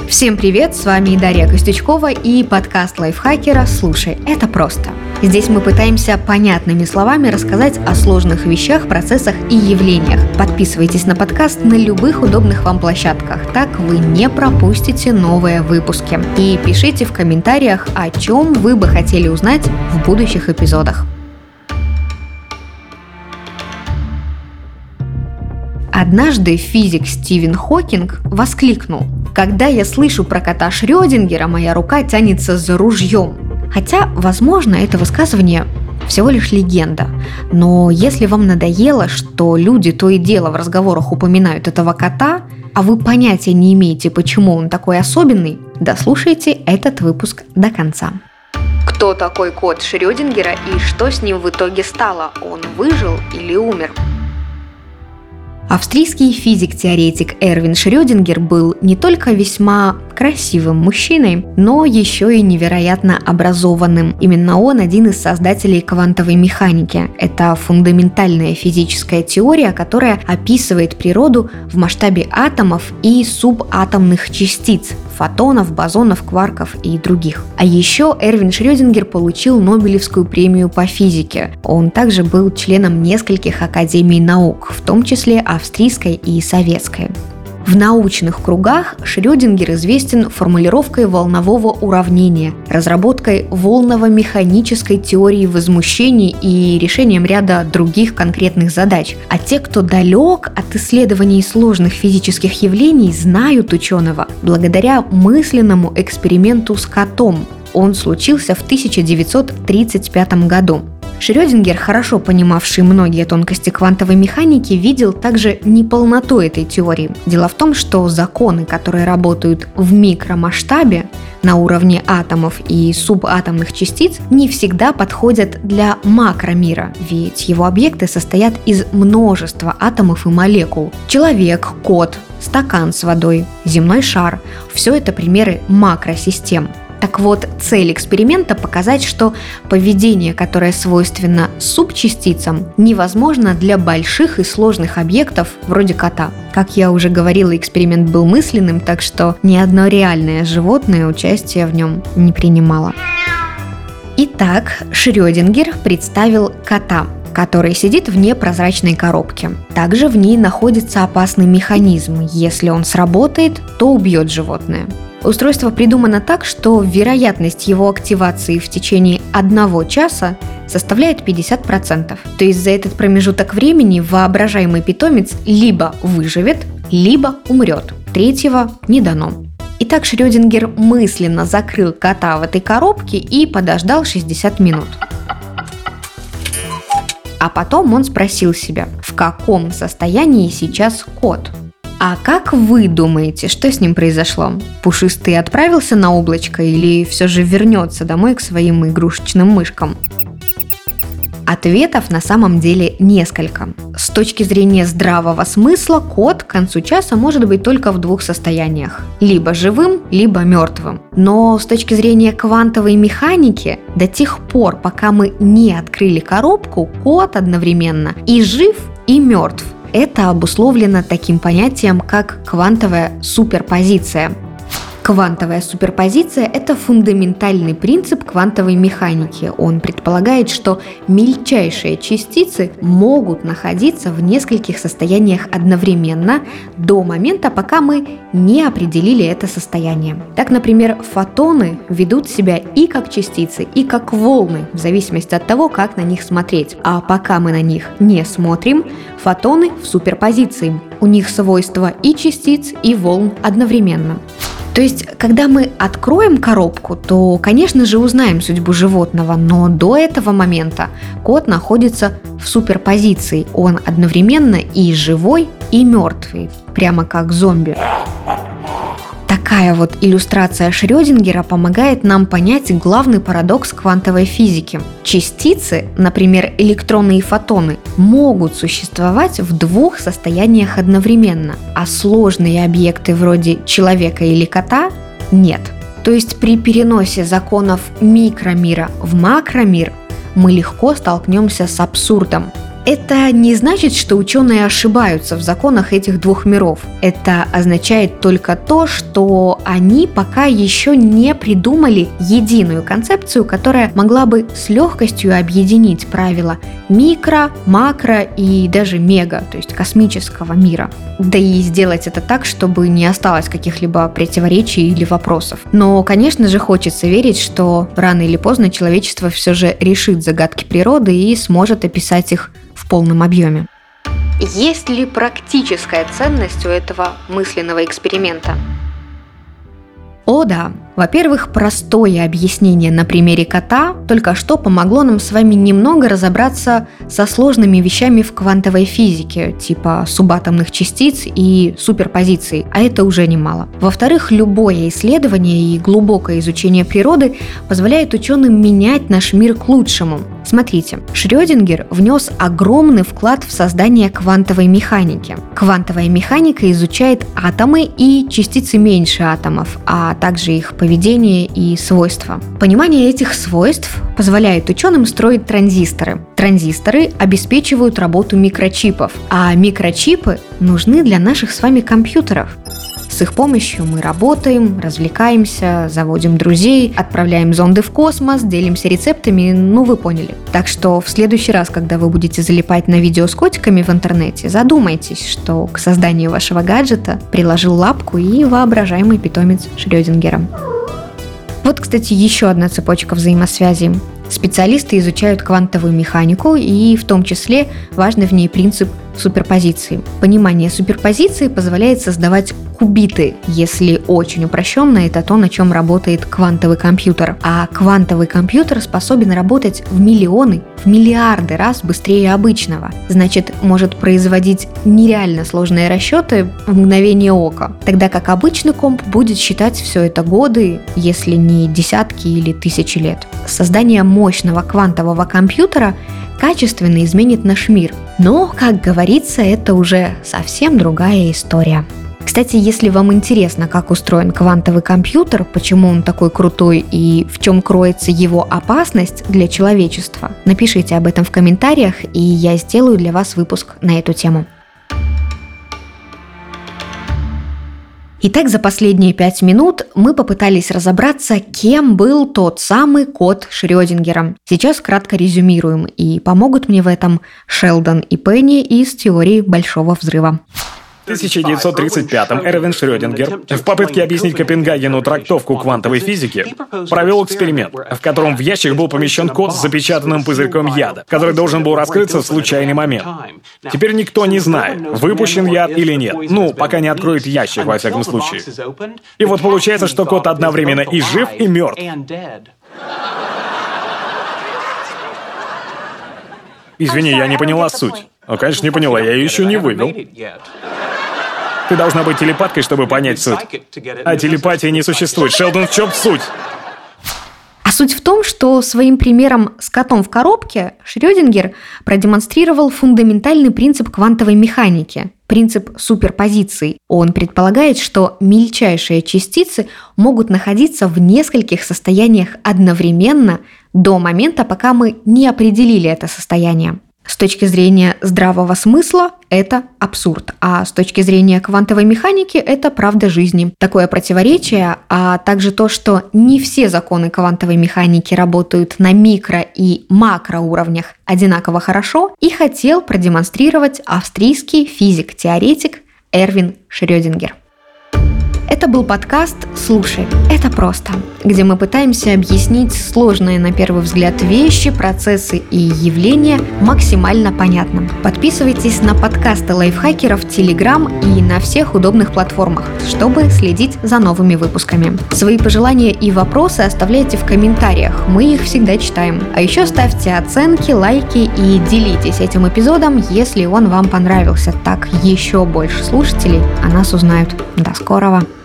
Всем привет, с вами Дарья Костючкова и подкаст лайфхакера «Слушай, это просто». Здесь мы пытаемся понятными словами рассказать о сложных вещах, процессах и явлениях. Подписывайтесь на подкаст на любых удобных вам площадках, так вы не пропустите новые выпуски. И пишите в комментариях, о чем вы бы хотели узнать в будущих эпизодах. Однажды физик Стивен Хокинг воскликнул: «Когда я слышу про кота Шрёдингера, моя рука тянется за ружьем». Хотя, возможно, это высказывание всего лишь легенда. Но если вам надоело, что люди то и дело в разговорах упоминают этого кота, а вы понятия не имеете, почему он такой особенный, дослушайте этот выпуск до конца. Кто такой кот Шрёдингера и что с ним в итоге стало? Он выжил или умер? Австрийский физик-теоретик Эрвин Шрёдингер был не только весьма красивым мужчиной, но еще и невероятно образованным. Именно он один из создателей квантовой механики. Это фундаментальная физическая теория, которая описывает природу в масштабе атомов и субатомных частиц – фотонов, бозонов, кварков и других. А еще Эрвин Шрёдингер получил Нобелевскую премию по физике. Он также был членом нескольких академий наук, в том числе австрийской и советской. В научных кругах Шрёдингер известен формулировкой волнового уравнения, разработкой волново-механической теории возмущений и решением ряда других конкретных задач. А те, кто далек от исследований сложных физических явлений, знают ученого благодаря мысленному эксперименту с котом. Он случился в 1935 году. Шрёдингер, хорошо понимавший многие тонкости квантовой механики, видел также неполноту этой теории. Дело в том, что законы, которые работают в микромасштабе, на уровне атомов и субатомных частиц, не всегда подходят для макромира, ведь его объекты состоят из множества атомов и молекул. Человек, кот, стакан с водой, земной шар – все это примеры макросистем. Так вот, цель эксперимента – показать, что поведение, которое свойственно субчастицам, невозможно для больших и сложных объектов вроде кота. Как я уже говорила, эксперимент был мысленным, так что ни одно реальное животное участие в нем не принимало. Итак, Шрёдингер представил кота, который сидит в непрозрачной коробке. Также в ней находится опасный механизм. Если он сработает, то убьет животное. Устройство придумано так, что вероятность его активации в течение 1 часа составляет 50%. То есть за этот промежуток времени воображаемый питомец либо выживет, либо умрет. Третьего не дано. Итак, Шрёдингер мысленно закрыл кота в этой коробке и подождал 60 минут. А потом он спросил себя, в каком состоянии сейчас кот. А как вы думаете, что с ним произошло? Пушистый отправился на облачко или все же вернется домой к своим игрушечным мышкам? Ответов на самом деле несколько. С точки зрения здравого смысла, кот к концу часа может быть только в 2 состояниях. Либо живым, либо мертвым. Но с точки зрения квантовой механики, до тех пор, пока мы не открыли коробку, кот одновременно и жив, и мертв. Это обусловлено таким понятием, как квантовая суперпозиция. Квантовая суперпозиция – это фундаментальный принцип квантовой механики. Он предполагает, что мельчайшие частицы могут находиться в нескольких состояниях одновременно до момента, пока мы не определили это состояние. Так, например, фотоны ведут себя и как частицы, и как волны, в зависимости от того, как на них смотреть. А пока мы на них не смотрим, фотоны в суперпозиции. У них свойства и частиц, и волн одновременно. То есть, когда мы откроем коробку, то, конечно же, узнаем судьбу животного, но до этого момента кот находится в суперпозиции. Он одновременно и живой, и мертвый, прямо как зомби. Такая вот иллюстрация Шрёдингера помогает нам понять главный парадокс квантовой физики. Частицы, например, электроны и фотоны, могут существовать в 2 состояниях одновременно, а сложные объекты вроде человека или кота – нет. То есть при переносе законов микромира в макромир мы легко столкнемся с абсурдом. Это не значит, что ученые ошибаются в законах этих двух миров. Это означает только то, что они пока еще не придумали единую концепцию, которая могла бы с легкостью объединить правила микро, макро и даже мега, то есть космического мира. Да и сделать это так, чтобы не осталось каких-либо противоречий или вопросов. Но, конечно же, хочется верить, что рано или поздно человечество все же решит загадки природы и сможет описать их в полном объеме. Есть ли практическая ценность у этого мысленного эксперимента? О да! Во-первых, простое объяснение на примере кота только что помогло нам с вами немного разобраться со сложными вещами в квантовой физике, типа субатомных частиц и суперпозиций, а это уже немало. Во-вторых, любое исследование и глубокое изучение природы позволяет ученым менять наш мир к лучшему. Смотрите, Шрёдингер внес огромный вклад в создание квантовой механики. Квантовая механика изучает атомы и частицы меньше атомов, а также их поведение и свойства. Понимание этих свойств позволяет ученым строить транзисторы. Транзисторы обеспечивают работу микрочипов, а микрочипы нужны для наших с вами компьютеров. С их помощью мы работаем, развлекаемся, заводим друзей, отправляем зонды в космос, делимся рецептами, вы поняли. Так что в следующий раз, когда вы будете залипать на видео с котиками в интернете, задумайтесь, что к созданию вашего гаджета приложил лапку и воображаемый питомец Шрёдингера. Вот, кстати, еще одна цепочка взаимосвязи. Специалисты изучают квантовую механику, и в том числе важный в ней принцип суперпозиции. Понимание суперпозиции позволяет создавать кубиты. Если очень упрощенно, это то, на чем работает квантовый компьютер. А квантовый компьютер способен работать в миллионы, в миллиарды раз быстрее обычного. Значит, может производить нереально сложные расчеты в мгновение ока. Тогда как обычный комп будет считать все это годы, если не десятки или тысячи лет. Создание мощного квантового компьютера качественно изменит наш мир. Но, как говорится, это уже совсем другая история. Кстати, если вам интересно, как устроен квантовый компьютер, почему он такой крутой и в чем кроется его опасность для человечества, напишите об этом в комментариях, и я сделаю для вас выпуск на эту тему. Итак, за последние 5 минут мы попытались разобраться, кем был тот самый кот Шрёдингера. Сейчас кратко резюмируем, и помогут мне в этом Шелдон и Пенни из теории Большого взрыва. В 1935-м Эрвин Шрёдингер в попытке объяснить Копенгагену трактовку квантовой физики провел эксперимент, в котором в ящик был помещен кот с запечатанным пузырьком яда, который должен был раскрыться в случайный момент. Теперь никто не знает, выпущен яд или нет. Пока не откроет ящик, во всяком случае. И вот получается, что кот одновременно и жив, и мертв. Извини, я не поняла суть. Конечно, не поняла, я ее еще не вывел. Ты должна быть телепаткой, чтобы понять суть. А телепатии не существует. Шелдон, в чем суть? А суть в том, что своим примером с котом в коробке Шрёдингер продемонстрировал фундаментальный принцип квантовой механики – принцип суперпозиций. Он предполагает, что мельчайшие частицы могут находиться в нескольких состояниях одновременно до момента, пока мы не определили это состояние. С точки зрения здравого смысла это абсурд, а с точки зрения квантовой механики это правда жизни. Такое противоречие, а также то, что не все законы квантовой механики работают на микро- и макроуровнях одинаково хорошо, и хотел продемонстрировать австрийский физик-теоретик Эрвин Шрёдингер. Это был подкаст «Слушай, это просто», где мы пытаемся объяснить сложные на первый взгляд вещи, процессы и явления максимально понятно. Подписывайтесь на подкасты лайфхакеров в Telegram и на всех удобных платформах, чтобы следить за новыми выпусками. Свои пожелания и вопросы оставляйте в комментариях, мы их всегда читаем. А еще ставьте оценки, лайки и делитесь этим эпизодом, если он вам понравился. Так еще больше слушателей о нас узнают. До скорого!